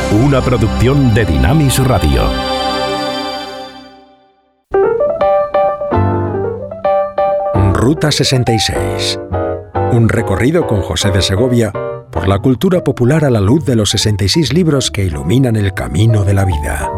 Una producción de Dynamis Radio. Ruta 66. Un recorrido con José de Segovia por la cultura popular a la luz de los 66 libros que iluminan el camino de la vida.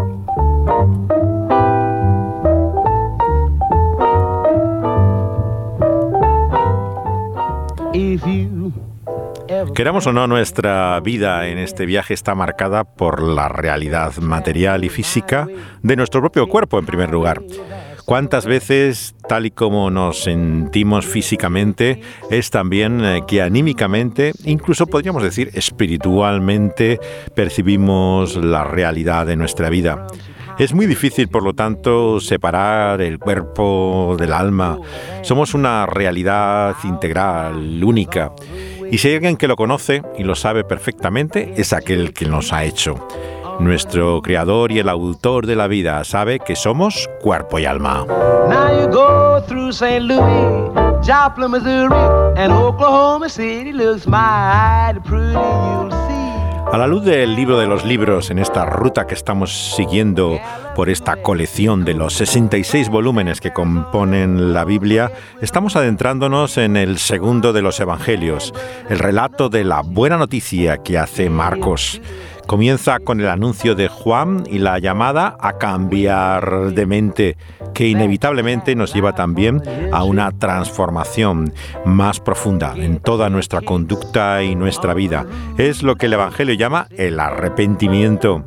Queramos o no, nuestra vida en este viaje está marcada por la realidad material y física de nuestro propio cuerpo, en primer lugar. ¿Cuántas veces, tal y como nos sentimos físicamente, es también que anímicamente, incluso podríamos decir espiritualmente, percibimos la realidad de nuestra vida? Es muy difícil, por lo tanto, separar el cuerpo del alma. Somos una realidad integral, única. Y si hay alguien que lo conoce y lo sabe perfectamente, es aquel que nos ha hecho. Nuestro creador y el autor de la vida sabe que somos cuerpo y alma. Now you go through St. Louis, Joplin, Missouri, and Oklahoma City looks mighty pretty, you'll see. A la luz del libro de los libros, en esta ruta que estamos siguiendo por esta colección de los 66 volúmenes que componen la Biblia, estamos adentrándonos en el segundo de los evangelios, el relato de la buena noticia que hace Marcos. Comienza con el anuncio de Juan y la llamada a cambiar de mente, que inevitablemente nos lleva también a una transformación más profunda en toda nuestra conducta y nuestra vida. Es lo que el Evangelio llama el arrepentimiento.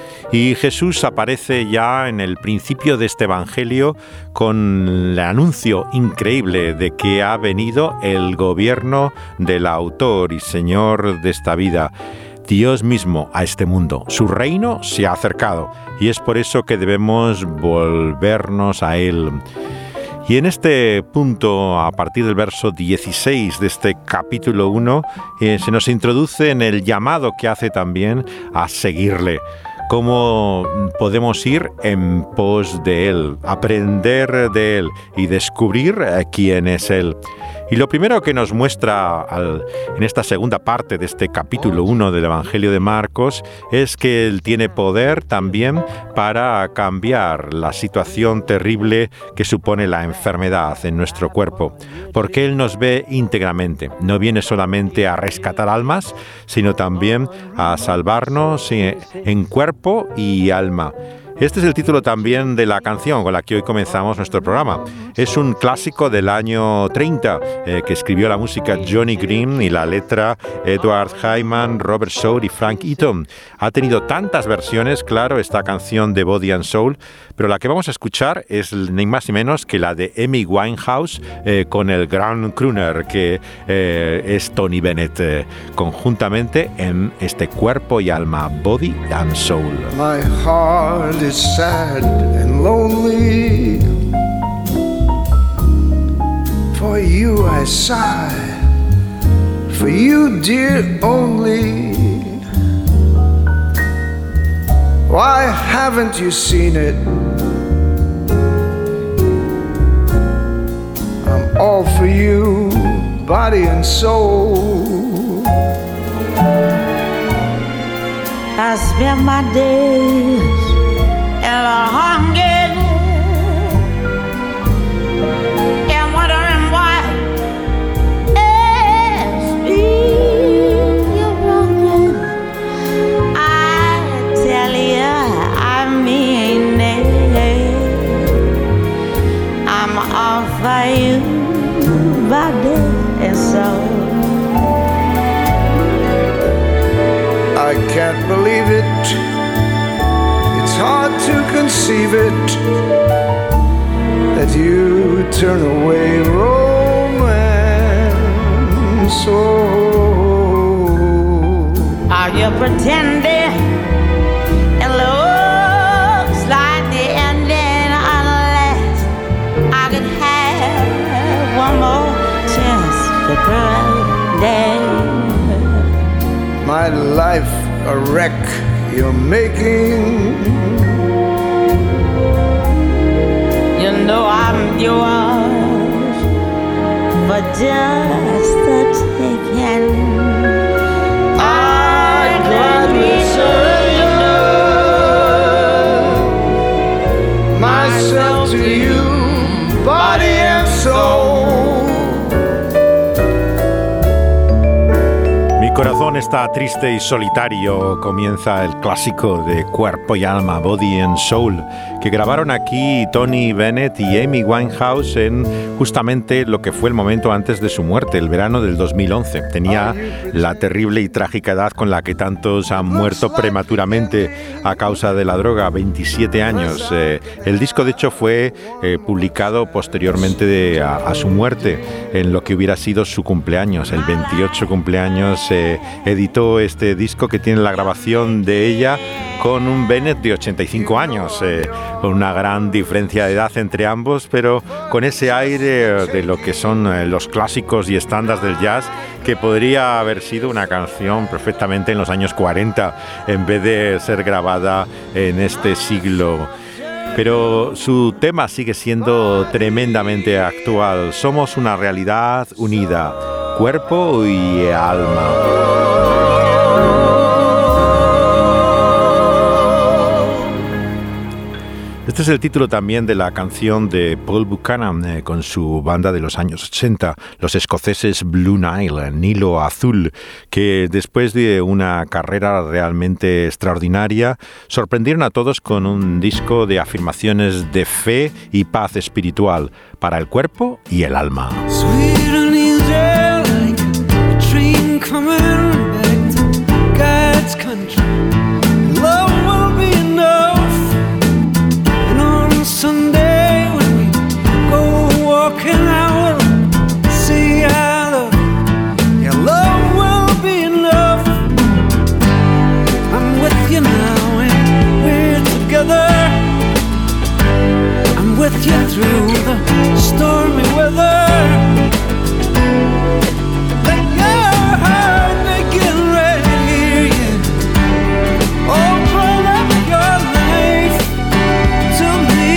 Y Jesús aparece ya en el principio de este Evangelio con el anuncio increíble de que ha venido el gobierno del autor y Señor de esta vida, Dios mismo, a este mundo. Su reino se ha acercado y es por eso que debemos volvernos a Él. Y en este punto, a partir del verso 16 de este capítulo 1, se nos introduce en el llamado que hace también a seguirle. Cómo podemos ir en pos de Él, aprender de Él y descubrir quién es Él. Y lo primero que nos muestra en esta segunda parte de este capítulo 1 del Evangelio de Marcos es que Él tiene poder también para cambiar la situación terrible que supone la enfermedad en nuestro cuerpo, porque Él nos ve íntegramente. No viene solamente a rescatar almas, sino también a salvarnos en cuerpo y alma. Este es el título también de la canción con la que hoy comenzamos nuestro programa. Es un clásico del año 30 que escribió la música Johnny Green y la letra Edward Hyman, Robert Shaw y Frank Eaton. Ha tenido tantas versiones, claro, esta canción de Body and Soul, pero la que vamos a escuchar es ni más ni menos que la de Amy Winehouse con el gran crooner que es Tony Bennett, conjuntamente en este cuerpo y alma, Body and Soul. My heart is sad and lonely. For you I sigh, for you, dear, only. Why haven't you seen it? I'm all for you, body and soul. I spend my days in a hunger and wondering why it's me you're wronging. I tell you, I mean it. I'm all for you, body and soul. I can't believe it. It's hard to conceive it that you turn away romance. Oh, are you pretending? It looks like the ending unless I could have one more chance to pretend. My life a wreck you're making. You know I'm yours for just the taking. I'd gladly surrender. to you, body and soul. Mi corazón está triste y solitario, comienza el clásico de Cuerpo y Alma, Body and Soul, que grabaron aquí Tony Bennett y Amy Winehouse en justamente lo que fue el momento antes de su muerte, el verano del 2011. Tenía la terrible y trágica edad con la que tantos han muerto prematuramente a causa de la droga, 27 años. El disco, de hecho, fue publicado posteriormente a su muerte, en lo que hubiera sido su cumpleaños, el 28 cumpleaños. Editó este disco que tiene la grabación de ella con un Bennett de 85 años, con una gran diferencia de edad entre ambos, pero con ese aire de lo que son los clásicos y estándares del jazz, que podría haber sido una canción perfectamente en los años 40 en vez de ser grabada en este siglo. Pero su tema sigue siendo tremendamente actual. Somos una realidad unida, cuerpo y alma. Este es el título también de la canción de Paul Buchanan con su banda de los años 80, los escoceses Blue Nile, Nilo Azul, que después de una carrera realmente extraordinaria, sorprendieron a todos con un disco de afirmaciones de fe y paz espiritual para el cuerpo y el alma. Someday when we go walking out, we'll see our love. Your love will be enough. I'm with you now and we're together. I'm with you through the stormy weather. Let your heart begin right here, yeah. Open up your life to me.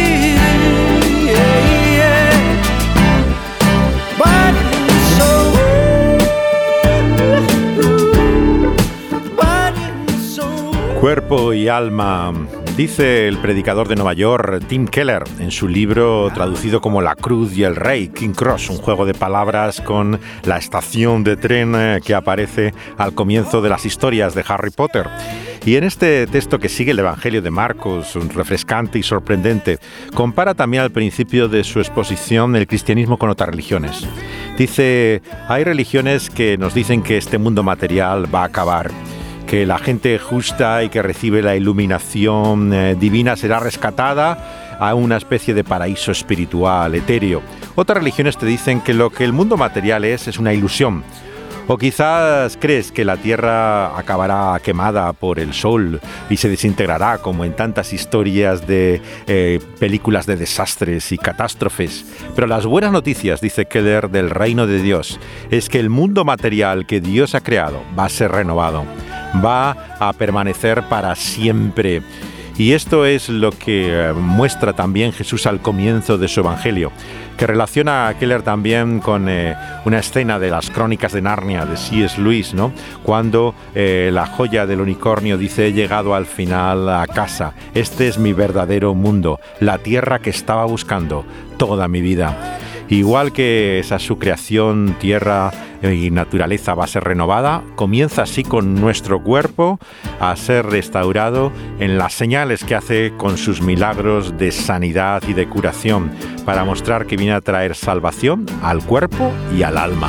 Cuerpo y alma, dice el predicador de Nueva York, Tim Keller, en su libro traducido como La Cruz y el Rey, King Cross, un juego de palabras con la estación de tren que aparece al comienzo de las historias de Harry Potter. Y en este texto que sigue el Evangelio de Marcos, refrescante y sorprendente, compara también al principio de su exposición el cristianismo con otras religiones. Dice, hay religiones que nos dicen que este mundo material va a acabar, que la gente justa y que recibe la iluminación divina será rescatada a una especie de paraíso espiritual, etéreo. Otras religiones te dicen que lo que el mundo material es una ilusión. O quizás crees que la tierra acabará quemada por el sol y se desintegrará como en tantas historias de películas de desastres y catástrofes. Pero las buenas noticias, dice Keller, del reino de Dios, es que el mundo material que Dios ha creado va a ser renovado, va a permanecer para siempre. Y esto es lo que muestra también Jesús al comienzo de su Evangelio, que relaciona a Keller también con una escena de las Crónicas de Narnia de C.S. Lewis, ¿no? Cuando la joya del unicornio dice: he llegado al final a casa, este es mi verdadero mundo, la tierra que estaba buscando toda mi vida. Igual que esa su creación, tierra y naturaleza va a ser renovada, comienza así con nuestro cuerpo a ser restaurado en las señales que hace con sus milagros de sanidad y de curación, para mostrar que viene a traer salvación al cuerpo y al alma.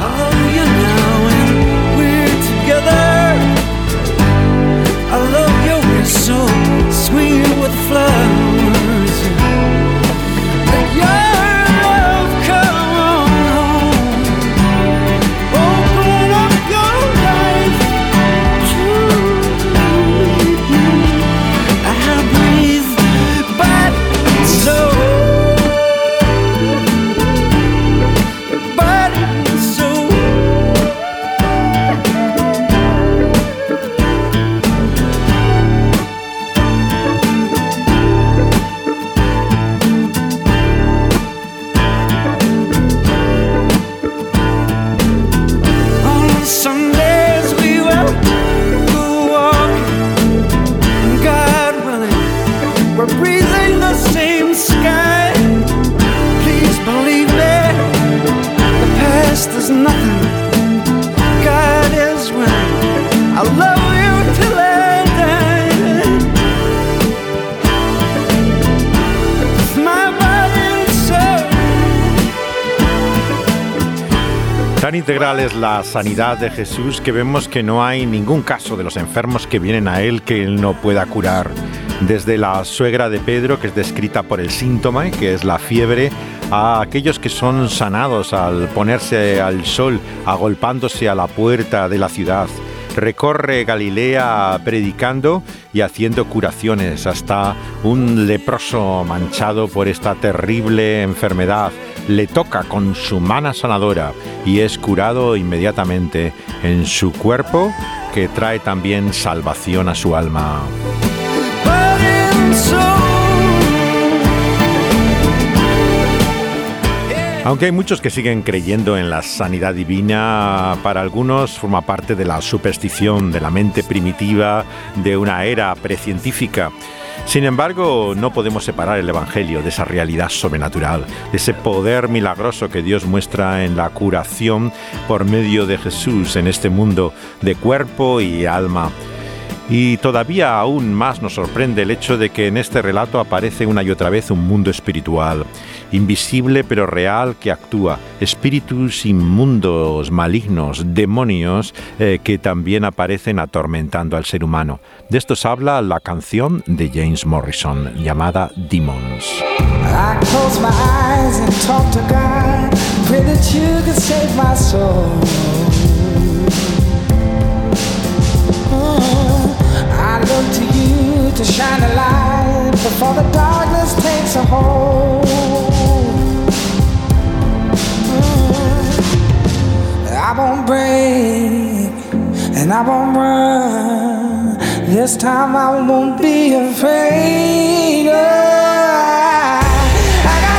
Tan integral es la sanidad de Jesús que vemos que no hay ningún caso de los enfermos que vienen a Él que Él no pueda curar. Desde la suegra de Pedro, que es descrita por el síntoma, que es la fiebre, a aquellos que son sanados al ponerse al sol, agolpándose a la puerta de la ciudad. Recorre Galilea predicando y haciendo curaciones, hasta un leproso manchado por esta terrible enfermedad le toca con su mano sanadora y es curado inmediatamente en su cuerpo, que trae también salvación a su alma. Aunque hay muchos que siguen creyendo en la sanidad divina, para algunos forma parte de la superstición, de la mente primitiva, de una era precientífica. Sin embargo, no podemos separar el Evangelio de esa realidad sobrenatural, de ese poder milagroso que Dios muestra en la curación por medio de Jesús en este mundo de cuerpo y alma. Y todavía aún más nos sorprende el hecho de que en este relato aparece una y otra vez un mundo espiritual, invisible pero real, que actúa, espíritus inmundos, malignos, demonios que también aparecen atormentando al ser humano. De estos habla la canción de James Morrison llamada Demons. I close my eyes and talk to God, pray that you could save my soul. I look to you to shine a light before the darkness takes a hold. I won't break and I won't run. This time I won't be afraid. I got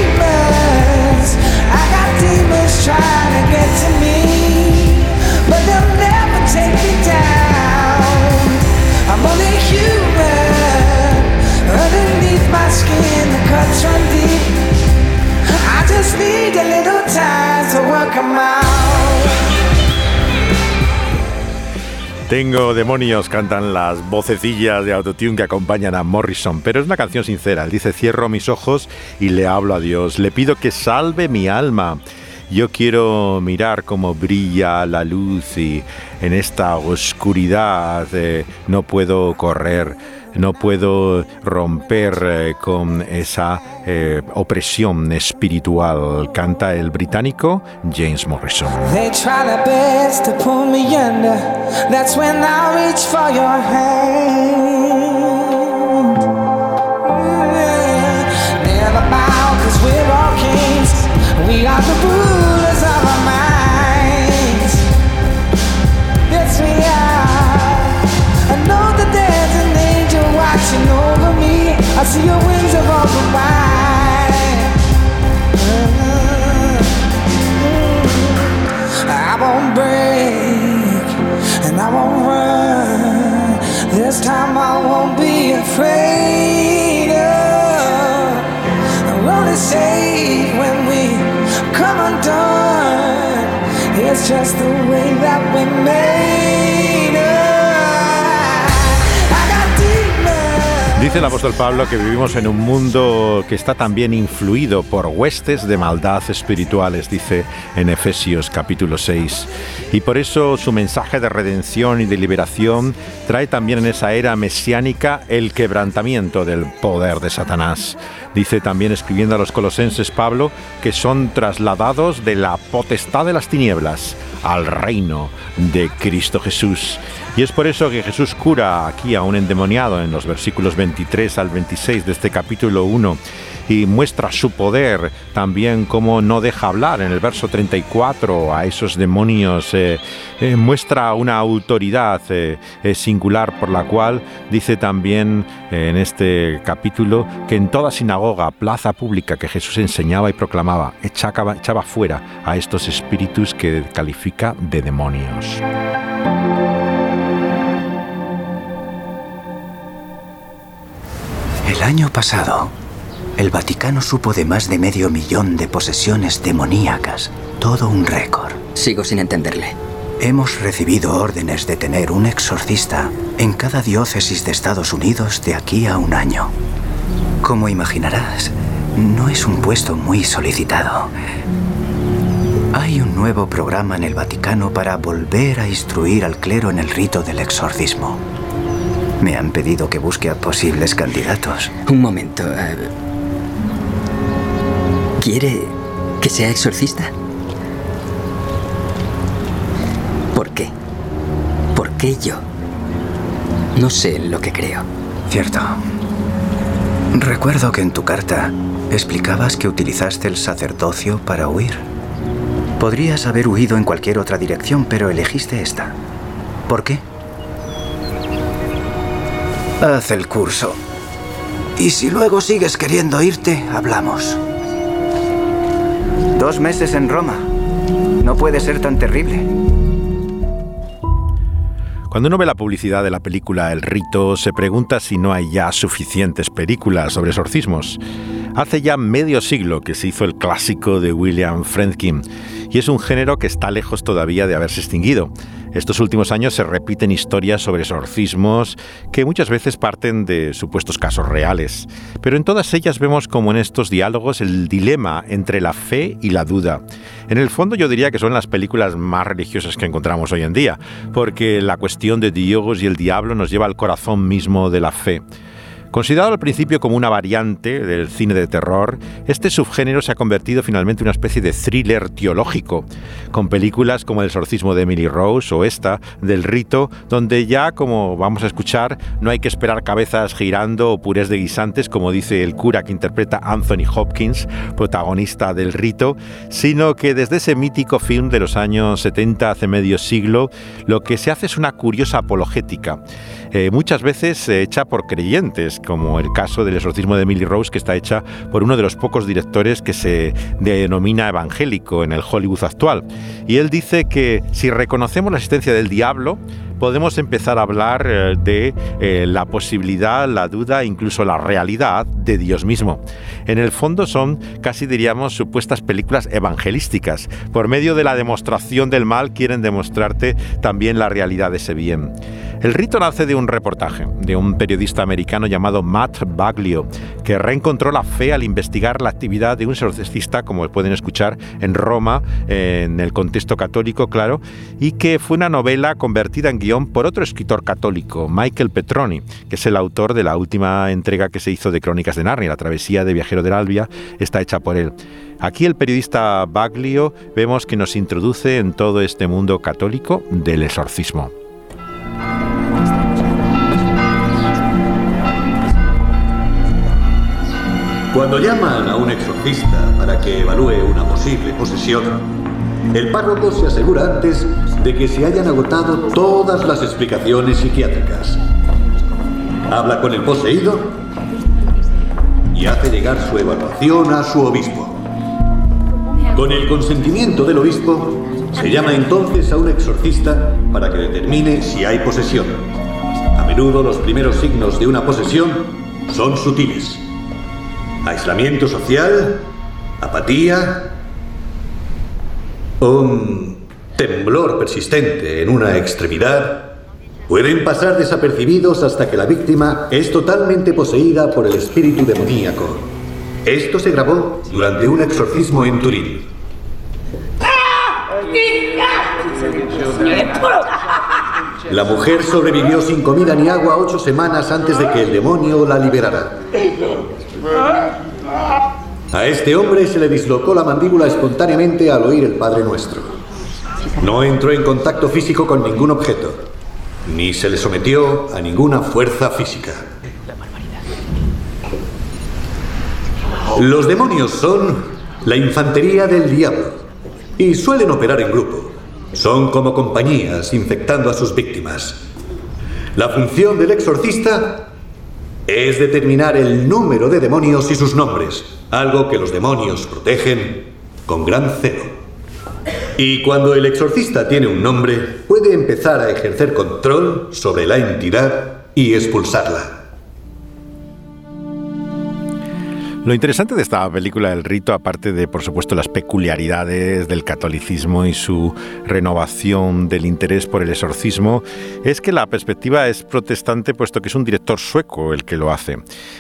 demons trying to get to me, but they'll never take me down. I'm only human, underneath my skin the cuts run deep. I just need a little time to work 'em out. Tengo demonios, cantan las vocecillas de autotune que acompañan a Morrison, pero es una canción sincera. Él dice: cierro mis ojos y le hablo a Dios, le pido que salve mi alma. Yo quiero mirar cómo brilla la luz y en esta oscuridad no puedo correr, no puedo romper con esa opresión espiritual. Canta el británico James Morrison. They try their best to pull me under. That's when I reach for your hand. Never bow, 'cause we're all kings. We are the rulers of our minds. Yes, we are. I know that there's an angel watching over me. I see your wings of open wide. I won't break and I won't run. This time I won't be afraid. I'm only safe when we come undone. It's just the way that we made it. I got demons. Dice el apóstol Pablo que vivimos en un mundo que está también influido por huestes de maldad espirituales, dice en Efesios capítulo 6. Y por eso su mensaje de redención y de liberación trae también en esa era mesiánica el quebrantamiento del poder de Satanás. Dice también, escribiendo a los colosenses, Pablo, que son trasladados de la potestad de las tinieblas al reino de Cristo Jesús. Y es por eso que Jesús cura aquí a un endemoniado en los versículos 23 al 26 de este capítulo 1 y muestra su poder, también como no deja hablar en el verso 34 a esos demonios, muestra una autoridad singular por la cual dice también en este capítulo que en toda sinagoga, plaza pública que Jesús enseñaba y proclamaba, echaba fuera a estos espíritus que califica de demonios. El año pasado, el Vaticano supo de más de 500.000 de posesiones demoníacas. Todo un récord. Sigo sin entenderle. Hemos recibido órdenes de tener un exorcista en cada diócesis de Estados Unidos de aquí a un año. Como imaginarás, no es un puesto muy solicitado. Hay un nuevo programa en el Vaticano para volver a instruir al clero en el rito del exorcismo. Me han pedido que busque a posibles candidatos. Un momento. ¿Quiere que sea exorcista? ¿Por qué? ¿Por qué yo? No sé en lo que creo. Cierto. Recuerdo que en tu carta explicabas que utilizaste el sacerdocio para huir. Podrías haber huido en cualquier otra dirección, pero elegiste esta. ¿Por qué? Haz el curso. Y si luego sigues queriendo irte, hablamos. 2 meses en Roma. No puede ser tan terrible. Cuando uno ve la publicidad de la película El Rito, se pregunta si no hay ya suficientes películas sobre exorcismos. Hace ya medio siglo que se hizo el clásico de William Friedkin, y es un género que está lejos todavía de haberse extinguido. Estos últimos años se repiten historias sobre exorcismos que muchas veces parten de supuestos casos reales, pero en todas ellas vemos como en estos diálogos el dilema entre la fe y la duda. En el fondo yo diría que son las películas más religiosas que encontramos hoy en día, porque la cuestión de Dios y el diablo nos lleva al corazón mismo de la fe. Considerado al principio como una variante del cine de terror, este subgénero se ha convertido finalmente en una especie de thriller teológico, con películas como El exorcismo de Emily Rose o esta, del Rito, donde ya, como vamos a escuchar, no hay que esperar cabezas girando o purés de guisantes, como dice el cura que interpreta Anthony Hopkins, protagonista del Rito, sino que desde ese mítico film de los años 70, hace medio siglo, lo que se hace es una curiosa apologética, muchas veces hecha por creyentes, como el caso del exorcismo de Emily Rose, que está hecha por uno de los pocos directores que se denomina evangélico en el Hollywood actual. Y él dice que si reconocemos la existencia del diablo, podemos empezar a hablar de la posibilidad, la duda, incluso la realidad de Dios mismo. En el fondo son, casi diríamos, supuestas películas evangelísticas. Por medio de la demostración del mal quieren demostrarte también la realidad de ese bien. El Rito nace de un reportaje de un periodista americano llamado Matt Baglio, que reencontró la fe al investigar la actividad de un exorcista, como pueden escuchar, en Roma, en el contexto católico, claro, y que fue una novela convertida en guión por otro escritor católico, Michael Petroni, que es el autor de la última entrega que se hizo de Crónicas de Narnia, La travesía de Viajero del Albia, está hecha por él. Aquí el periodista Baglio vemos que nos introduce en todo este mundo católico del exorcismo. Cuando llaman a un exorcista para que evalúe una posible posesión, el párroco se asegura antes de que se hayan agotado todas las explicaciones psiquiátricas. Habla con el poseído y hace llegar su evaluación a su obispo. Con el consentimiento del obispo, se llama entonces a un exorcista para que determine si hay posesión. A menudo los primeros signos de una posesión son sutiles. Aislamiento social, apatía, un temblor persistente en una extremidad, pueden pasar desapercibidos hasta que la víctima es totalmente poseída por el espíritu demoníaco. Esto se grabó durante un exorcismo en Turín. La mujer sobrevivió sin comida ni agua 8 semanas antes de que el demonio la liberara. A este hombre se le dislocó la mandíbula espontáneamente al oír el Padre Nuestro. No entró en contacto físico con ningún objeto, ni se le sometió a ninguna fuerza física. Los demonios son la infantería del diablo y suelen operar en grupo. Son como compañías infectando a sus víctimas. La función del exorcista es determinar el número de demonios y sus nombres, algo que los demonios protegen con gran celo. Y cuando el exorcista tiene un nombre, puede empezar a ejercer control sobre la entidad y expulsarla. Lo interesante de esta película El Rito, aparte de, por supuesto, las peculiaridades del catolicismo y su renovación del interés por el exorcismo, es que la perspectiva es protestante, puesto que es un director sueco el que lo hace.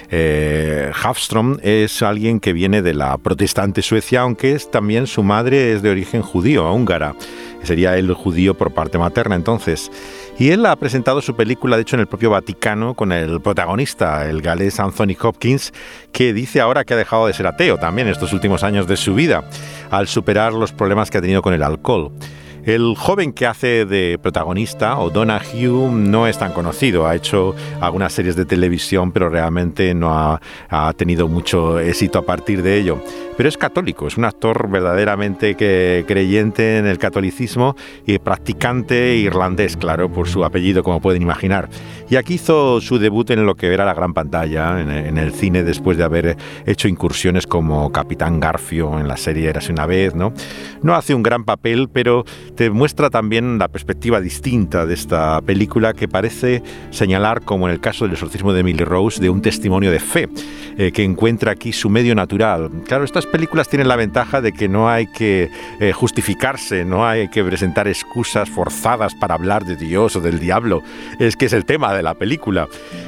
Hafström es alguien que viene de la protestante Suecia, aunque también su madre es de origen judío, húngara. Sería él judío por parte materna, entonces. Y él ha presentado su película, de hecho, en el propio Vaticano, con el protagonista, el galés Anthony Hopkins, que dice ahora que ha dejado de ser ateo también estos últimos años de su vida, al superar los problemas que ha tenido con el alcohol. El joven que hace de protagonista, O'Donoghue, no es tan conocido. Ha hecho algunas series de televisión, pero realmente no ha tenido mucho éxito a partir de ello. Pero es católico, es un actor verdaderamente creyente en el catolicismo y practicante irlandés, claro, por su apellido, como pueden imaginar. Y aquí hizo su debut en lo que era la gran pantalla, en el cine, después de haber hecho incursiones como Capitán Garfio en la serie Érase una vez, ¿no? No hace un gran papel, pero te muestra también la perspectiva distinta de esta película, que parece señalar, como en el caso del exorcismo de Emily Rose, de un testimonio de fe, que encuentra aquí su medio natural. Claro, estas películas tienen la ventaja de que no hay que justificarse, no hay que presentar excusas forzadas para hablar de Dios o del diablo. Es que es el tema de la película.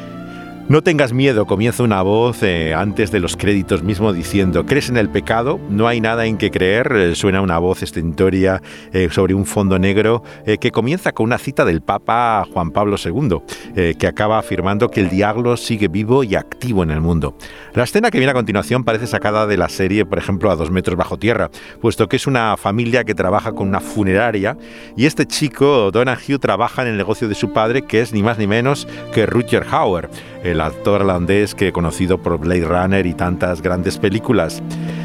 No tengas miedo, comienza una voz antes de los créditos mismo diciendo: ¿crees en el pecado? No hay nada en que creer. Suena una voz estentórea sobre un fondo negro que comienza con una cita del Papa Juan Pablo II, que acaba afirmando que el diablo sigue vivo y activo en el mundo. La escena que viene a continuación parece sacada de la serie, por ejemplo, A 2 metros bajo tierra, puesto que es una familia que trabaja con una funeraria y este chico, O'Donoghue, trabaja en el negocio de su padre, que es ni más ni menos que Rutger Hauer, el actor irlandés que conocido por Blade Runner y tantas grandes películas,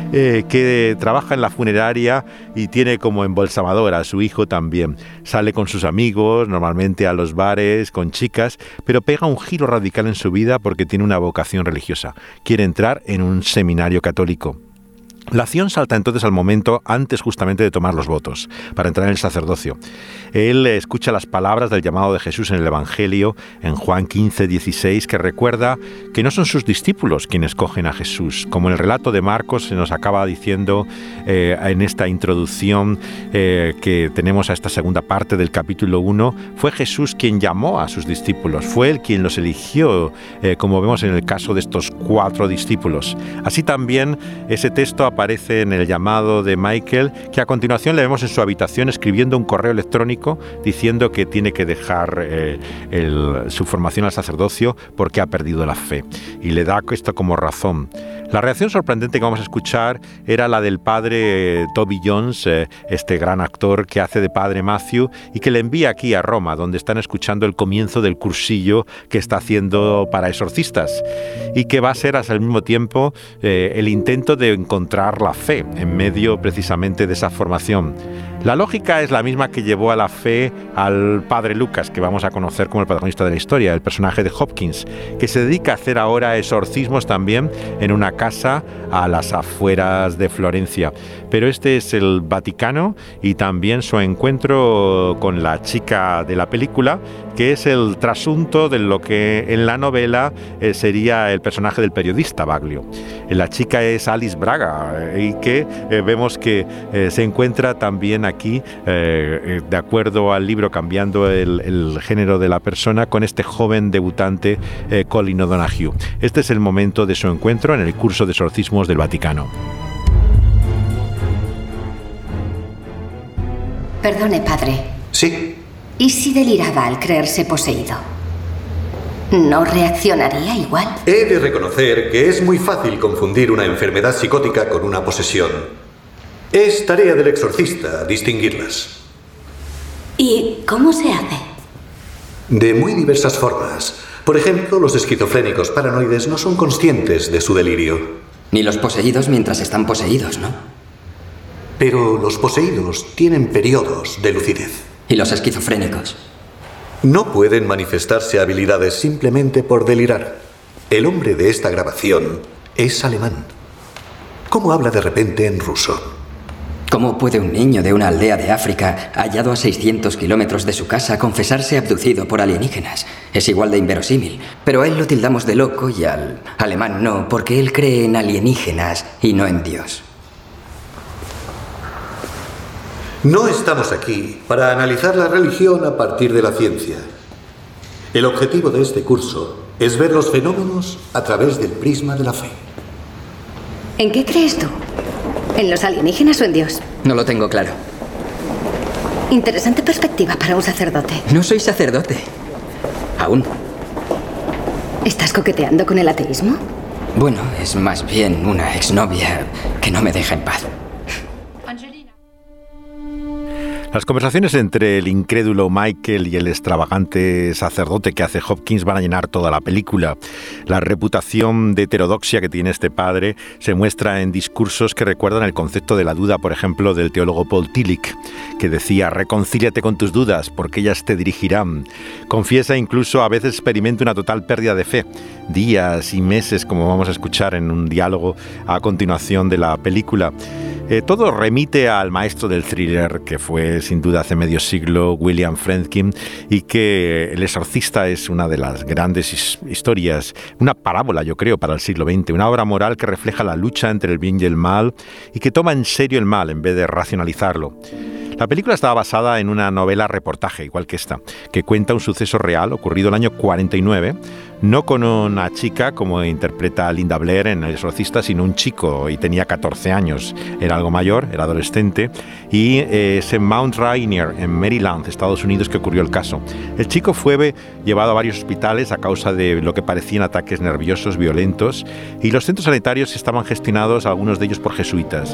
que trabaja en la funeraria y tiene como embalsamador a su hijo también. Sale con sus amigos, normalmente a los bares, con chicas, pero pega un giro radical en su vida porque tiene una vocación religiosa. Quiere entrar en un seminario católico. La acción salta entonces al momento antes justamente de tomar los votos, para entrar en el sacerdocio. Él escucha las palabras del llamado de Jesús en el Evangelio, en Juan 15:16, que recuerda que no son sus discípulos quienes cogen a Jesús. Como en el relato de Marcos se nos acaba diciendo en esta introducción que tenemos a esta segunda parte del capítulo 1, fue Jesús quien llamó a sus discípulos, fue Él quien los eligió, como vemos en el caso de estos 4 discípulos. Así también ese texto aparece en el llamado de Michael, que a continuación le vemos en su habitación escribiendo un correo electrónico diciendo que tiene que dejar su formación al sacerdocio porque ha perdido la fe, y le da esto como razón. La reacción sorprendente que vamos a escuchar era la del padre Toby Jones, este gran actor que hace de padre Matthew y que le envía aquí a Roma, donde están escuchando el comienzo del cursillo que está haciendo para exorcistas y que va a ser al mismo tiempo el intento de encontrar la fe en medio precisamente de esa formación. La lógica es la misma que llevó a la fe al padre Lucas, que vamos a conocer como el protagonista de la historia, el personaje de Hopkins, que se dedica a hacer ahora exorcismos también en una casa a las afueras de Florencia. Pero este es el Vaticano y también su encuentro con la chica de la película, que es el trasunto de lo que en la novela sería el personaje del periodista Baglio. La chica es Alice Braga y que vemos que se encuentra también aquí, de acuerdo al libro, cambiando el género de la persona, con este joven debutante Colin O'Donoghue. Este es el momento de su encuentro en el curso de exorcismos del Vaticano. Perdone, padre. Sí. ¿Y si deliraba al creerse poseído? ¿No reaccionaría igual? He de reconocer que es muy fácil confundir una enfermedad psicótica con una posesión. Es tarea del exorcista distinguirlas. ¿Y cómo se hace? De muy diversas formas. Por ejemplo, los esquizofrénicos paranoides no son conscientes de su delirio. Ni los poseídos mientras están poseídos, ¿no? Pero los poseídos tienen periodos de lucidez. ¿Y los esquizofrénicos? No pueden manifestarse habilidades simplemente por delirar. El hombre de esta grabación es alemán. ¿Cómo habla de repente en ruso? ¿Cómo puede un niño de una aldea de África, hallado a 600 kilómetros de su casa, confesarse abducido por alienígenas? Es igual de inverosímil. Pero a él lo tildamos de loco y al alemán no, porque él cree en alienígenas y no en Dios. No estamos aquí para analizar la religión a partir de la ciencia. El objetivo de este curso es ver los fenómenos a través del prisma de la fe. ¿En qué crees tú? ¿En los alienígenas o en Dios? No lo tengo claro. Interesante perspectiva para un sacerdote. No soy sacerdote. Aún. ¿Estás coqueteando con el ateísmo? Bueno, es más bien una exnovia que no me deja en paz. Las conversaciones entre el incrédulo Michael y el extravagante sacerdote que hace Hopkins van a llenar toda la película. La reputación de heterodoxia que tiene este padre se muestra en discursos que recuerdan el concepto de la duda, por ejemplo, del teólogo Paul Tillich, que decía: reconcíliate con tus dudas, porque ellas te dirigirán. Confiesa incluso, a veces experimenta una total pérdida de fe. Días y meses, como vamos a escuchar en un diálogo a continuación de la película. Todo remite al maestro del thriller, que fue sin duda hace medio siglo William Friedkin, y que El exorcista es una de las grandes historias, una parábola, yo creo, para el siglo XX, una obra moral que refleja la lucha entre el bien y el mal y que toma en serio el mal en vez de racionalizarlo. La película estaba basada en una novela reportaje, igual que esta, que cuenta un suceso real ocurrido el año 49, no con una chica como interpreta Linda Blair en El exorcista, sino un chico, y tenía 14 años, era algo mayor, era adolescente, y es en Mount Rainier, en Maryland, Estados Unidos, que ocurrió el caso. El chico fue llevado a varios hospitales a causa de lo que parecían ataques nerviosos violentos, y los centros sanitarios estaban gestionados, algunos de ellos por jesuitas,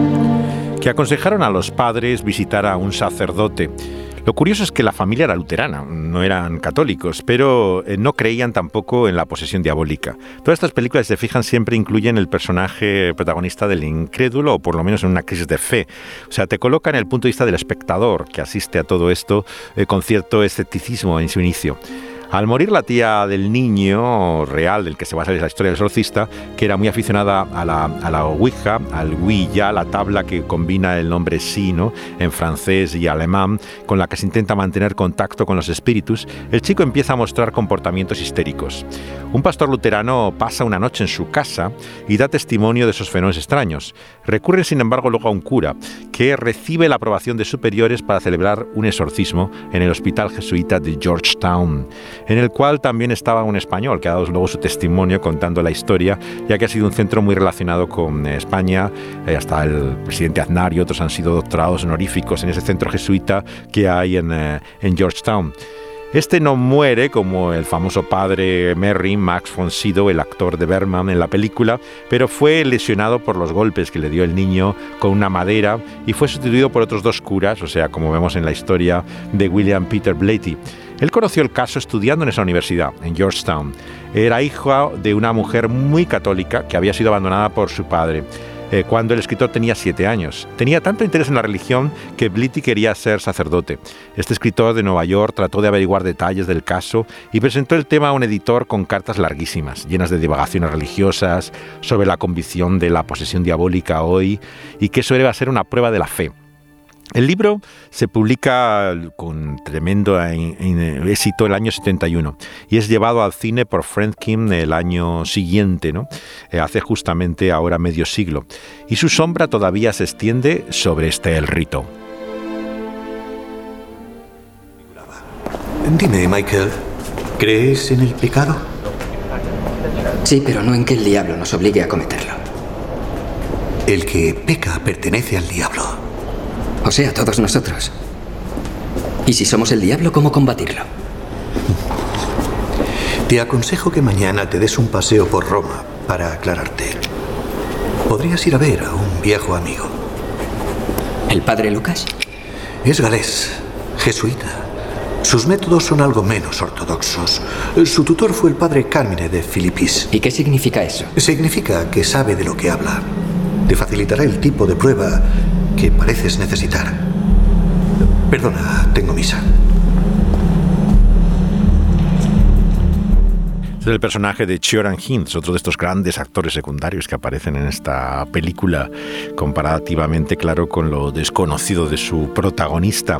que aconsejaron a los padres visitar a un sacerdote. Lo curioso es que la familia era luterana, no eran católicos, pero no creían tampoco en la posesión diabólica. Todas estas películas, si se fijan, siempre incluyen el personaje protagonista del incrédulo, o por lo menos en una crisis de fe. O sea, te coloca en el punto de vista del espectador, que asiste a todo esto con cierto escepticismo en su inicio. Al morir la tía del niño real, del que se basa la historia del exorcista, que era muy aficionada a la Ouija, al Ouija, la tabla que combina el nombre sí, ¿no?, en francés y alemán, con la que se intenta mantener contacto con los espíritus, el chico empieza a mostrar comportamientos histéricos. Un pastor luterano pasa una noche en su casa y da testimonio de esos fenómenos extraños. Recurre, sin embargo, luego a un cura, que recibe la aprobación de superiores para celebrar un exorcismo en el hospital jesuita de Georgetown, en el cual también estaba un español que ha dado luego su testimonio contando la historia, ya que ha sido un centro muy relacionado con España. Hasta el presidente Aznar y otros han sido doctorados honoríficos en ese centro jesuita que hay en Georgetown. Este no muere como el famoso padre Merrin, Max von Sydow, el actor de Bergman en la película, pero fue lesionado por los golpes que le dio el niño con una madera y fue sustituido por otros dos curas, o sea, como vemos en la historia de William Peter Blatty. Él conoció el caso estudiando en esa universidad, en Georgetown. Era hijo de una mujer muy católica que había sido abandonada por su padre cuando el escritor tenía 7 años. Tenía tanto interés en la religión que Blatty quería ser sacerdote. Este escritor de Nueva York trató de averiguar detalles del caso y presentó el tema a un editor con cartas larguísimas, llenas de divagaciones religiosas sobre la convicción de la posesión diabólica hoy y que eso iba a ser una prueba de la fe. El libro se publica con tremendo éxito el año 71 y es llevado al cine por Friedkin el año siguiente, ¿no? Hace justamente ahora medio siglo. Y su sombra todavía se extiende sobre el rito. Dime, Michael, ¿crees en el pecado? Sí, pero no en que el diablo nos obligue a cometerlo. El que peca pertenece al diablo. O sea, todos nosotros. Y si somos el diablo, ¿cómo combatirlo? Te aconsejo que mañana te des un paseo por Roma para aclararte. Podrías ir a ver a un viejo amigo. ¿El padre Lucas? Es galés, jesuita. Sus métodos son algo menos ortodoxos. Su tutor fue el padre Carmine de Filippis. ¿Y qué significa eso? Significa que sabe de lo que habla. Te facilitará el tipo de prueba que pareces necesitar. Perdona, tengo misa. Es el personaje de Ciarán Hinds, otro de estos grandes actores secundarios que aparecen en esta película, comparativamente, claro, con lo desconocido de su protagonista.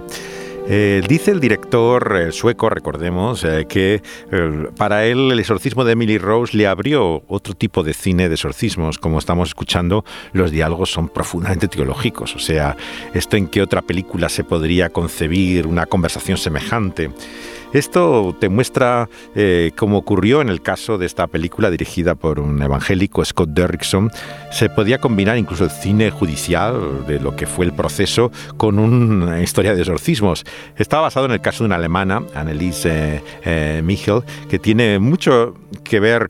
Dice el director sueco, recordemos, que para él el exorcismo de Emily Rose le abrió otro tipo de cine de exorcismos. Como estamos escuchando, los diálogos son profundamente teológicos. O sea, ¿esto en qué otra película se podría concebir una conversación semejante? Esto te muestra cómo ocurrió en el caso de esta película dirigida por un evangélico, Scott Derrickson. Se podía combinar incluso el cine judicial de lo que fue el proceso con una historia de exorcismos. Estaba basado en el caso de una alemana, Anneliese Michel, que tiene mucho que ver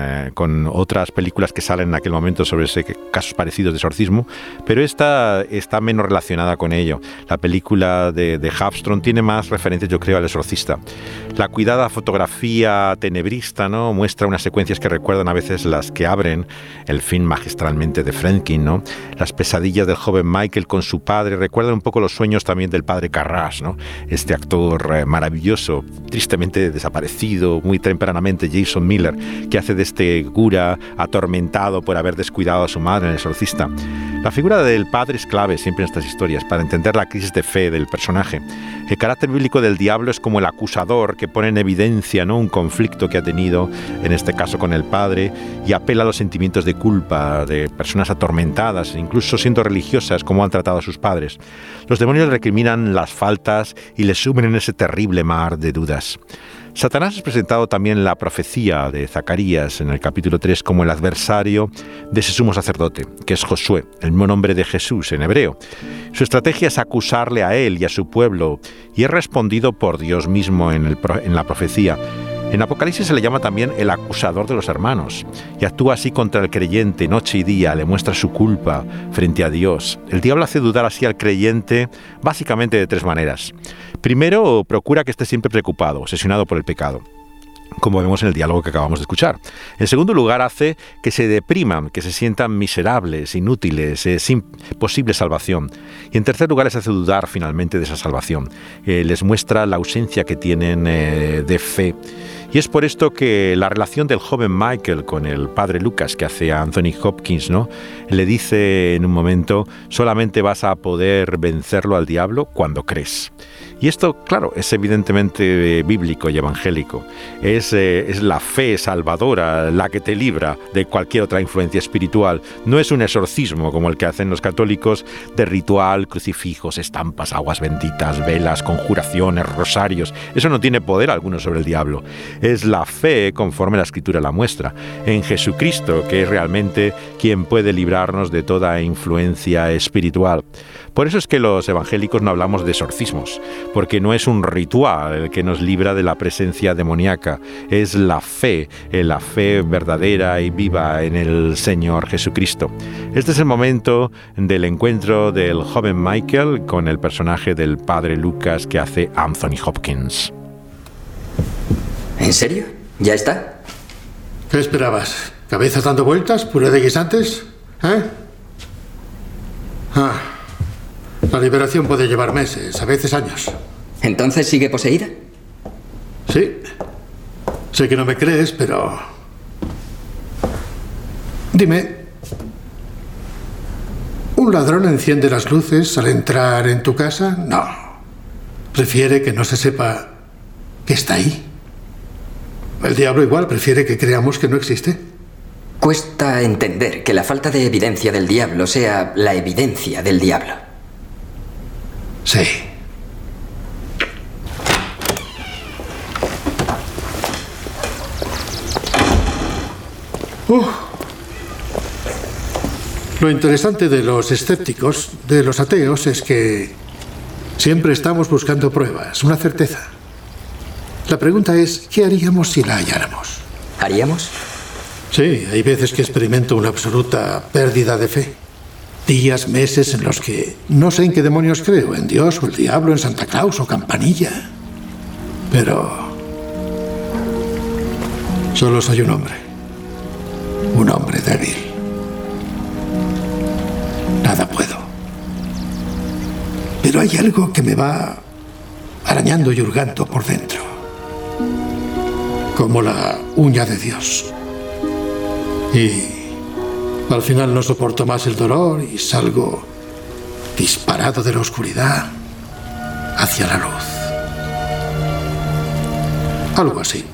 con otras películas que salen en aquel momento sobre casos parecidos de exorcismo, pero esta está menos relacionada con ello. La película de Hafström tiene más referencias, yo creo, al exorcista. La cuidada fotografía tenebrista, ¿no?, muestra unas secuencias que recuerdan a veces las que abren el film magistralmente de Friedkin, ¿no? Las pesadillas del joven Michael con su padre recuerdan un poco los sueños también del padre Carras, ¿no? Este actor maravilloso, tristemente desaparecido muy tempranamente, Jason Miller, que hace de este cura atormentado por haber descuidado a su madre en El exorcista. La figura del padre es clave siempre en estas historias para entender la crisis de fe del personaje. El carácter bíblico del diablo es como el acusador que pone en evidencia, ¿no?, un conflicto que ha tenido, en este caso con el padre, y apela a los sentimientos de culpa de personas atormentadas, incluso siendo religiosas, como han tratado a sus padres. Los demonios recriminan las faltas y les sumen en ese terrible mar de dudas. Satanás es presentado también en la profecía de Zacarías, en el capítulo 3, como el adversario de ese sumo sacerdote, que es Josué, el mismo nombre de Jesús en hebreo. Su estrategia es acusarle a él y a su pueblo, y es respondido por Dios mismo en la profecía. En Apocalipsis se le llama también el acusador de los hermanos, y actúa así contra el creyente noche y día, le muestra su culpa frente a Dios. El diablo hace dudar así al creyente básicamente de tres maneras. Primero, procura que esté siempre preocupado, obsesionado por el pecado, como vemos en el diálogo que acabamos de escuchar. En segundo lugar, hace que se depriman, que se sientan miserables, inútiles, sin posible salvación. Y en tercer lugar, les hace dudar finalmente de esa salvación. Les muestra la ausencia que tienen de fe. Y es por esto que la relación del joven Michael con el padre Lucas, que hace a Anthony Hopkins, ¿no?, le dice en un momento: solamente vas a poder vencerlo al diablo cuando crees. Y esto, claro, es evidentemente bíblico y evangélico. Es la fe salvadora la que te libra de cualquier otra influencia espiritual. No es un exorcismo como el que hacen los católicos de ritual, crucifijos, estampas, aguas benditas, velas, conjuraciones, rosarios. Eso no tiene poder alguno sobre el diablo. Es la fe, conforme la Escritura la muestra, en Jesucristo, que es realmente quien puede librarnos de toda influencia espiritual. Por eso es que los evangélicos no hablamos de exorcismos, porque no es un ritual el que nos libra de la presencia demoníaca, es la fe verdadera y viva en el Señor Jesucristo. Este es el momento del encuentro del joven Michael con el personaje del padre Lucas que hace Anthony Hopkins. ¿En serio? ¿Ya está? ¿Qué esperabas? ¿Cabezas dando vueltas? ¿Puré de guisantes? La liberación puede llevar meses, a veces años. ¿Entonces sigue poseída? Sí. Sé que no me crees, pero... Dime, ¿un ladrón enciende las luces al entrar en tu casa? No. Prefiere que no se sepa que está ahí. El diablo igual prefiere que creamos que no existe. Cuesta entender que la falta de evidencia del diablo sea la evidencia del diablo. Sí. Lo interesante de los escépticos, de los ateos, es que siempre estamos buscando pruebas, una certeza. La pregunta es, ¿qué haríamos si la halláramos? ¿Haríamos? Sí, hay veces que experimento una absoluta pérdida de fe. Días, meses en los que no sé en qué demonios creo, en Dios o el diablo, en Santa Claus o Campanilla. Pero solo soy un hombre débil. Nada puedo. Pero hay algo que me va arañando y hurgando por dentro. como la uña de Dios. Y al final no soporto más el dolor y salgo disparado de la oscuridad hacia la luz. Algo así.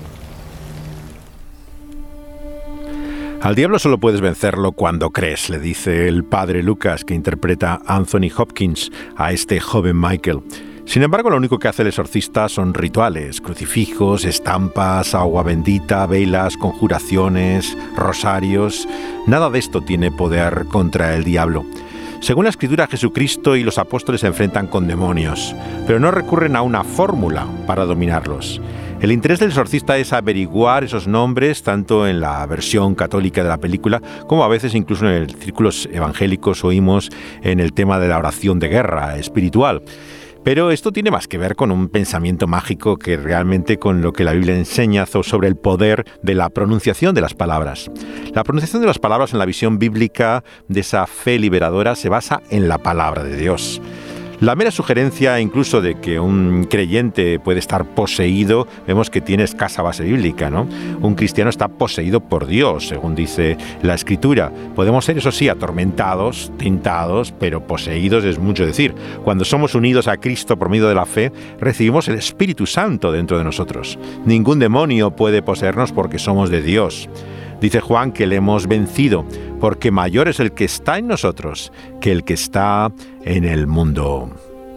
Al diablo solo puedes vencerlo cuando crees, le dice el padre Lucas, que interpreta Anthony Hopkins a este joven Michael. Sin embargo, lo único que hace el exorcista son rituales, crucifijos, estampas, agua bendita, velas, conjuraciones, rosarios. Nada de esto tiene poder contra el diablo. Según la Escritura, Jesucristo y los apóstoles se enfrentan con demonios, pero no recurren a una fórmula para dominarlos. El interés del exorcista es averiguar esos nombres, tanto en la versión católica de la película, como a veces incluso en círculos evangélicos oímos en el tema de la oración de guerra espiritual. Pero esto tiene más que ver con un pensamiento mágico que realmente con lo que la Biblia enseña sobre el poder de la pronunciación de las palabras. La pronunciación de las palabras en la visión bíblica de esa fe liberadora se basa en la palabra de Dios. La mera sugerencia incluso de que un creyente puede estar poseído, vemos que tiene escasa base bíblica, ¿no? Un cristiano está poseído por Dios, según dice la Escritura. Podemos ser, eso sí, atormentados, tentados, pero poseídos es mucho decir. Cuando somos unidos a Cristo por medio de la fe, recibimos el Espíritu Santo dentro de nosotros. Ningún demonio puede poseernos porque somos de Dios. Dice Juan que le hemos vencido, porque mayor es el que está en nosotros que el que está en el mundo.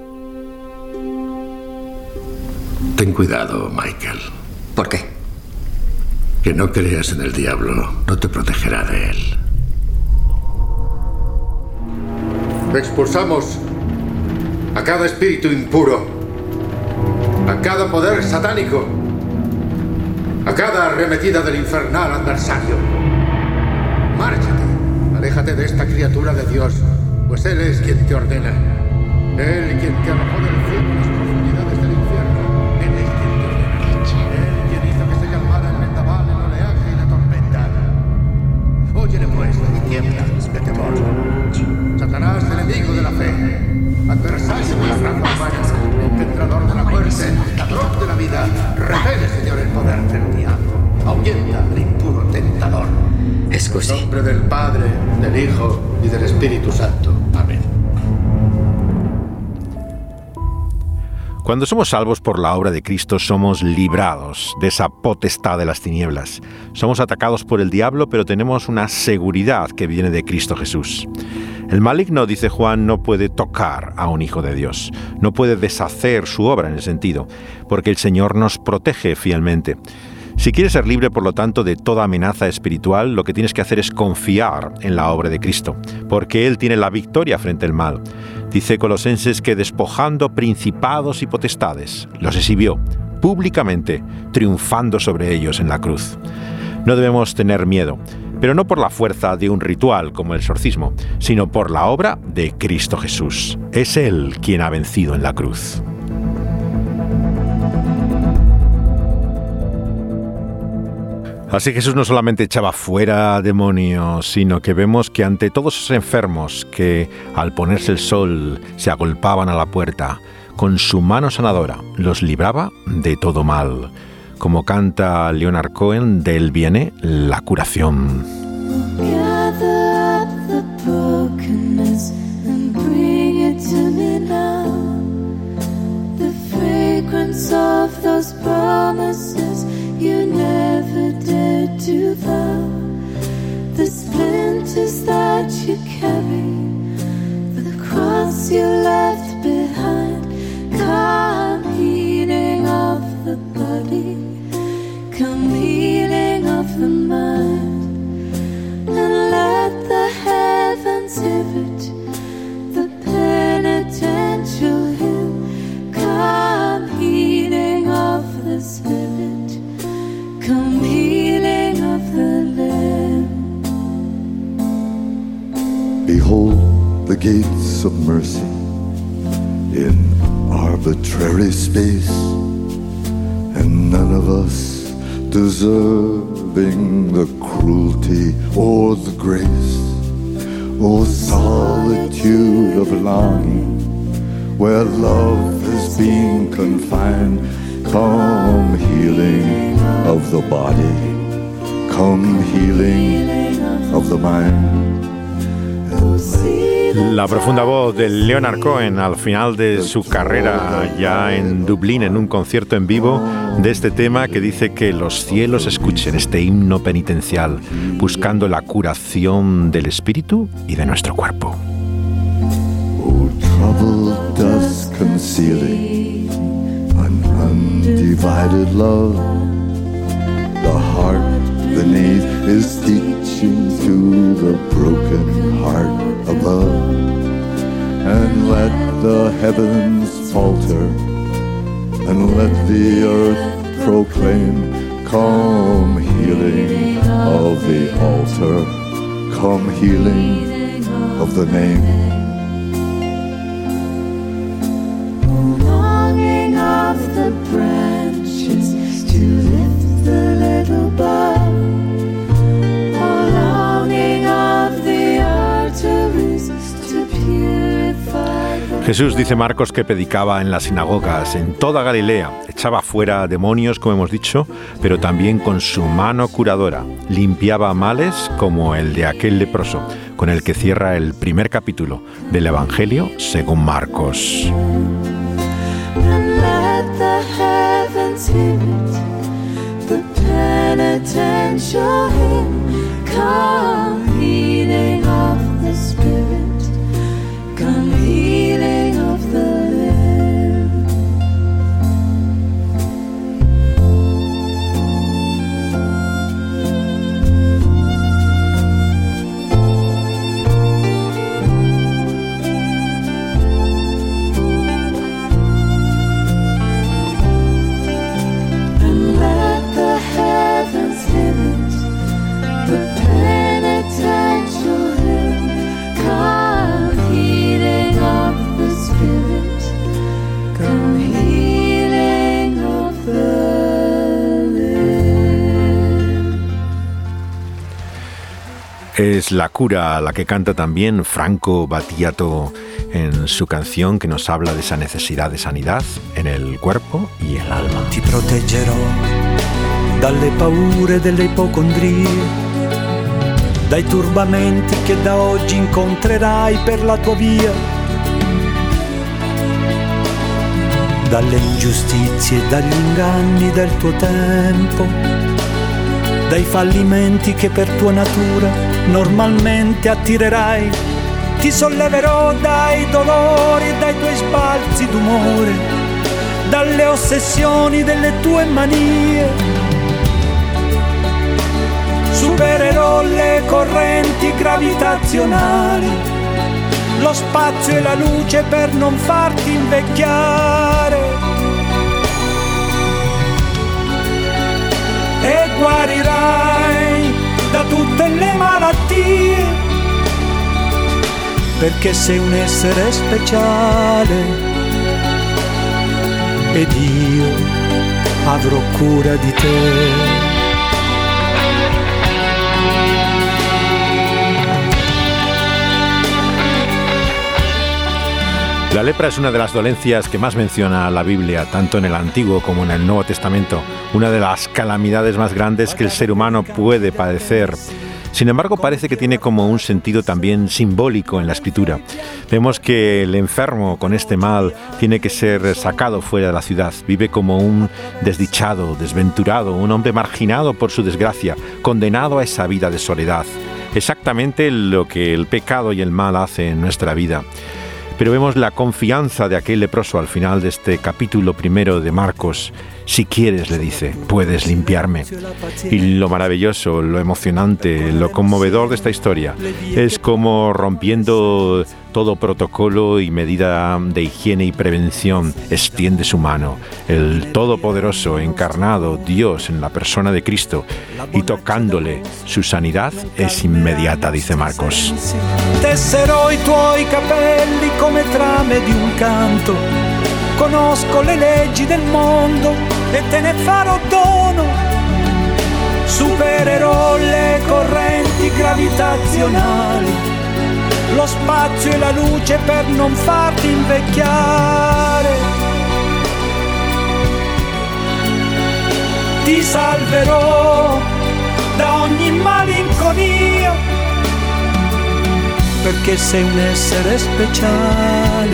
Ten cuidado, Michael. ¿Por qué? Que no creas en el diablo no te protegerá de él. Expulsamos a cada espíritu impuro, a cada poder satánico, a cada arremetida del infernal adversario. Márchate, aléjate de esta criatura de Dios, pues Él es quien te ordena. Él quien te arrojó del cielo a las profundidades del infierno. Él es quien te ordena. Él quien hizo que se calmara el vendaval, el oleaje y la tormenta. Óyele pues, la tiniebla de temor. Satanás, enemigo de la fe, adversario de la raza humana, engendrador de la muerte, ladrón de la vida, repele, Señor, el poder del diablo. Ahuyenta al impuro tentador. Excusi. En nombre del Padre, del Hijo y del Espíritu Santo. Amén. Cuando somos salvos por la obra de Cristo, somos librados de esa potestad de las tinieblas. Somos atacados por el diablo, pero tenemos una seguridad que viene de Cristo Jesús. El maligno, dice Juan, no puede tocar a un hijo de Dios, no puede deshacer su obra en el sentido, porque el Señor nos protege fielmente. Si quieres ser libre, por lo tanto, de toda amenaza espiritual, lo que tienes que hacer es confiar en la obra de Cristo, porque Él tiene la victoria frente al mal. Dice Colosenses que despojando principados y potestades, los exhibió públicamente, triunfando sobre ellos en la cruz. No debemos tener miedo, pero no por la fuerza de un ritual como el exorcismo, sino por la obra de Cristo Jesús. Es Él quien ha vencido en la cruz. Así Jesús no solamente echaba fuera demonios, sino que vemos que ante todos esos enfermos que al ponerse el sol se agolpaban a la puerta, con su mano sanadora los libraba de todo mal. Como canta Leonard Cohen, de él viene la curación. You never dared to vow, the splinters that you carry, the cross you left behind. Come healing of the body, come healing of the mind, and let the heavens hear it, the penitential hymn. Come healing of the spirit, come healing of the limb. Behold the gates of mercy in arbitrary space, and none of us deserving the cruelty or the grace. O solitude of longing, where love has been confined, come healing of the body, come healing of the mind. La profunda voz de Leonard Cohen al final de su carrera ya en Dublín, en un concierto en vivo de este tema que dice que los cielos escuchen este himno penitencial, buscando la curación del espíritu y de nuestro cuerpo. Oh, troubled dusk concealing an undivided love, the heart beneath is teaching to the broken heart above, and let the heavens falter, and let the earth proclaim, come healing of the altar, come healing of the name. Longing of the branches to lift the little bud. Jesús, dice Marcos, que predicaba en las sinagogas en toda Galilea, echaba fuera demonios, como hemos dicho, pero también con su mano curadora limpiaba males como el de aquel leproso, con el que cierra el primer capítulo del Evangelio según Marcos. Es la cura la que canta también Franco Battiato en su canción, que nos habla de esa necesidad de sanidad en el cuerpo y el alma. Ti proteggerò dalle paure delle ipocondrie, dai turbamenti che da oggi incontrerai per la tua via, dalle ingiustizie e dagli inganni del tuo tempo, dai fallimenti che per tua natura normalmente attirerai. Ti solleverò dai dolori e dai tuoi sbalzi d'umore, dalle ossessioni delle tue manie. Supererò le correnti gravitazionali, lo spazio e la luce per non farti invecchiare. E guarirai da tutte le malattie, perché sei un essere speciale ed io avrò cura di te. La lepra es una de las dolencias que más menciona la Biblia, tanto en el Antiguo como en el Nuevo Testamento, una de las calamidades más grandes que el ser humano puede padecer. Sin embargo, parece que tiene como un sentido también simbólico en la Escritura. Vemos que el enfermo con este mal tiene que ser sacado fuera de la ciudad. Vive como un desdichado, desventurado, un hombre marginado por su desgracia, condenado a esa vida de soledad. Exactamente lo que el pecado y el mal hacen en nuestra vida. Pero vemos la confianza de aquel leproso al final de este capítulo primero de Marcos. Si quieres, le dice, puedes limpiarme. Y lo maravilloso, lo emocionante, lo conmovedor de esta historia es como, rompiendo todo protocolo y medida de higiene y prevención, extiende su mano, el Todopoderoso encarnado, Dios en la persona de Cristo, y tocándole, su sanidad es inmediata, dice Marcos. Tesserò i tuoi capelli come trame di un canto, conosco le leggi del mondo e te ne farò dono, supererò le correnti gravitazionali, lo spazio e la luce per non farti invecchiare. ti salverò da ogni malinconia, perché sei un essere speciale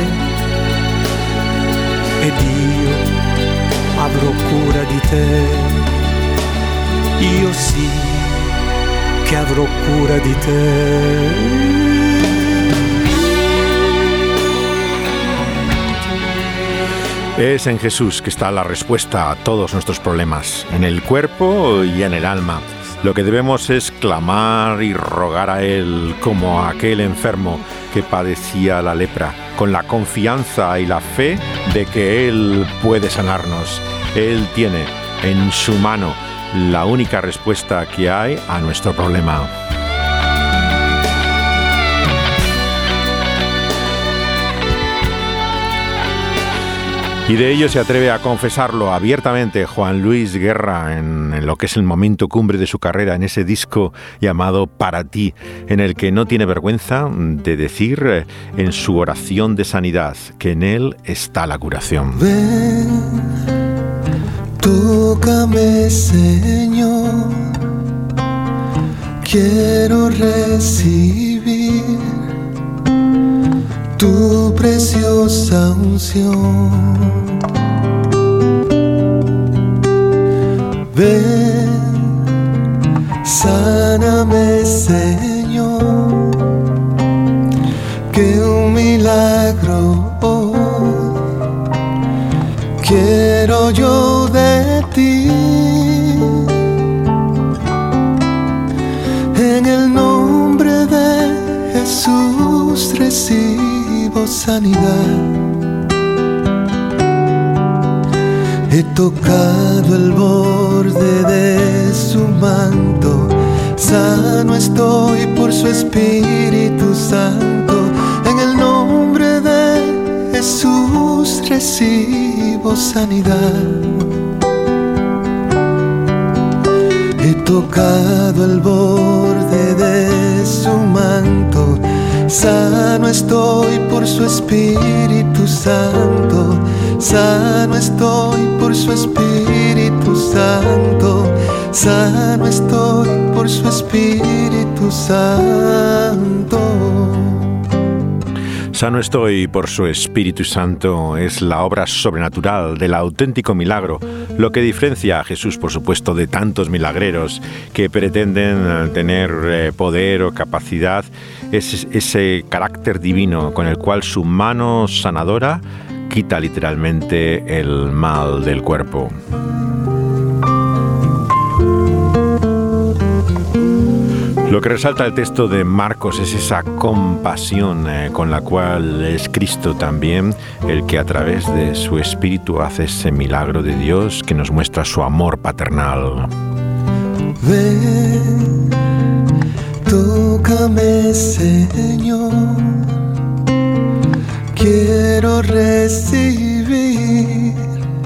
ed io avrò cura di te. Io sì che avrò cura di te. Es en Jesús que está la respuesta a todos nuestros problemas, en el cuerpo y en el alma. Lo que debemos es clamar y rogar a Él como a aquel enfermo que padecía la lepra, con la confianza y la fe de que Él puede sanarnos. Él tiene en su mano la única respuesta que hay a nuestro problema. Y de ello se atreve a confesarlo abiertamente Juan Luis Guerra en lo que es el momento cumbre de su carrera, en ese disco llamado Para ti, en el que no tiene vergüenza de decir en su oración de sanidad que en él está la curación. Ven, tócame, Señor, quiero recibir tu preciosa unción. Ven, sáname, Señor, que un milagro hoy quiero yo de ti. En el nombre de Jesús recibo sanidad. He tocado el borde de su manto, sano estoy por su Espíritu Santo. En el nombre de Jesús recibo sanidad. He tocado el borde de su manto, sano estoy por su Espíritu Santo. Sano estoy por su Espíritu Santo. Sano estoy por su Espíritu Santo. Sano estoy por su Espíritu Santo es la obra sobrenatural del auténtico milagro, lo que diferencia a Jesús, por supuesto, de tantos milagreros que pretenden tener poder o capacidad. Es ese carácter divino con el cual su mano sanadora quita literalmente el mal del cuerpo. Lo que resalta el texto de Marcos es esa compasión con la cual es Cristo también el que a través de su Espíritu hace ese milagro de Dios que nos muestra su amor paternal. Ven, tócame, Señor, quiero recibir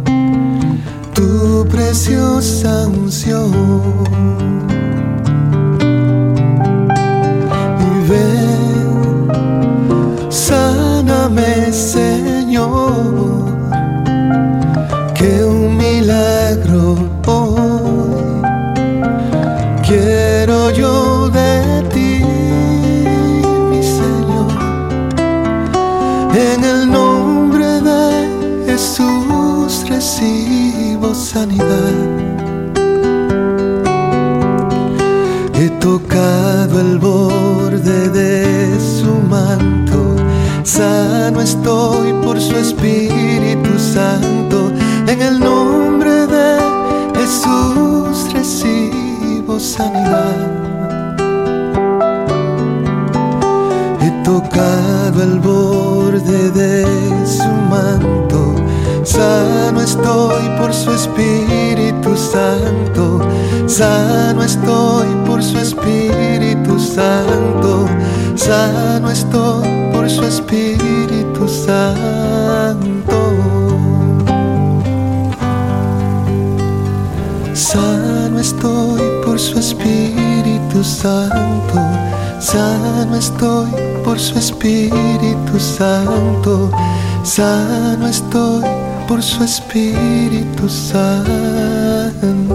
tu preciosa unción. Ven, sáname, Señor, que un milagro hoy quiero yo de ti, mi Señor. En el nombre de Jesús recibo sanidad. He tocado el borde de su manto, sano estoy por su Espíritu Santo. En el nombre de Jesús recibo sanidad. He tocado el borde de su manto, sano estoy por su Espíritu Santo. Sano estoy por su Espíritu Santo. Sano estoy por su Espíritu Santo. Sano estoy por su Espíritu Santo. Sano estoy por su Espíritu Santo. Sano estoy por su Espíritu Santo.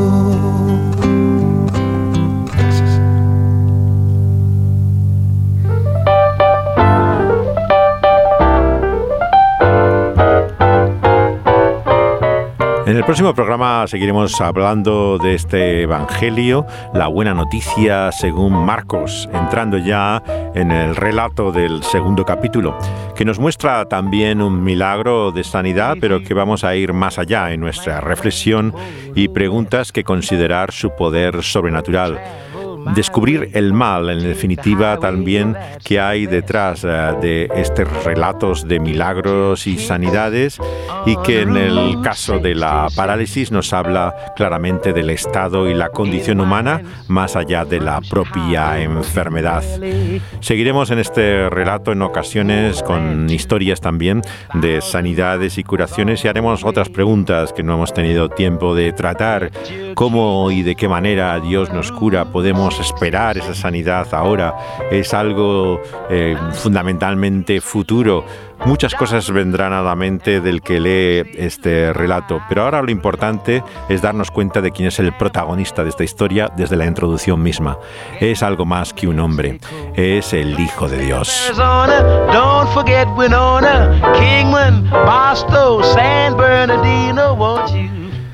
En el próximo programa seguiremos hablando de este Evangelio, la buena noticia según Marcos, entrando ya en el relato del segundo capítulo, que nos muestra también un milagro de sanidad, pero que vamos a ir más allá en nuestra reflexión y preguntas que considerar su poder sobrenatural. Descubrir el mal, en definitiva, también que hay detrás de estos relatos de milagros y sanidades, y que en el caso de la parálisis nos habla claramente del estado y la condición humana más allá de la propia enfermedad. Seguiremos en este relato en ocasiones con historias también de sanidades y curaciones, y haremos otras preguntas que no hemos tenido tiempo de tratar. ¿Cómo y de qué manera Dios nos cura? ¿Podemos esperar esa sanidad ahora? ¿Es algo fundamentalmente futuro? Muchas cosas vendrán a la mente del que lee este relato, pero ahora lo importante es darnos cuenta de quién es el protagonista de esta historia desde la introducción misma. Es algo más que un hombre, es el Hijo de Dios. Don't forget Winona, Kingman, Barstow, San Bernardino, won't you?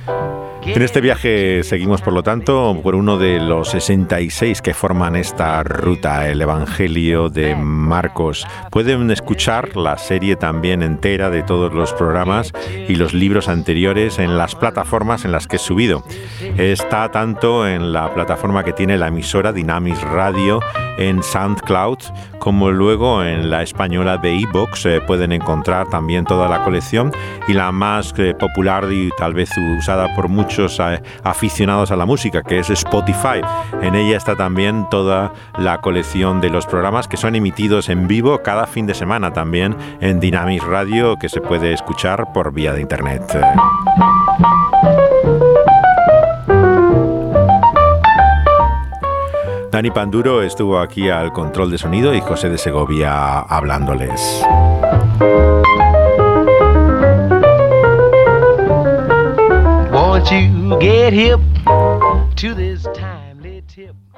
En este viaje seguimos, por lo tanto, por uno de los 66 que forman esta ruta, el Evangelio de Marcos. Pueden escuchar la serie también entera de todos los programas y los libros anteriores en las plataformas en las que he subido. Está tanto en la plataforma que tiene la emisora Dynamis Radio en SoundCloud, como luego en la española de iVoox. Pueden encontrar también toda la colección, y la más popular y tal vez usada por muchos aficionados a la música, que es Spotify. En ella está también toda la colección de los programas que son emitidos en vivo cada fin de semana también en Dynamis Radio, que se puede escuchar por vía de internet. Dani Panduro estuvo aquí al control de sonido y José de Segovia hablándoles. Won't you get hip to this timely tip?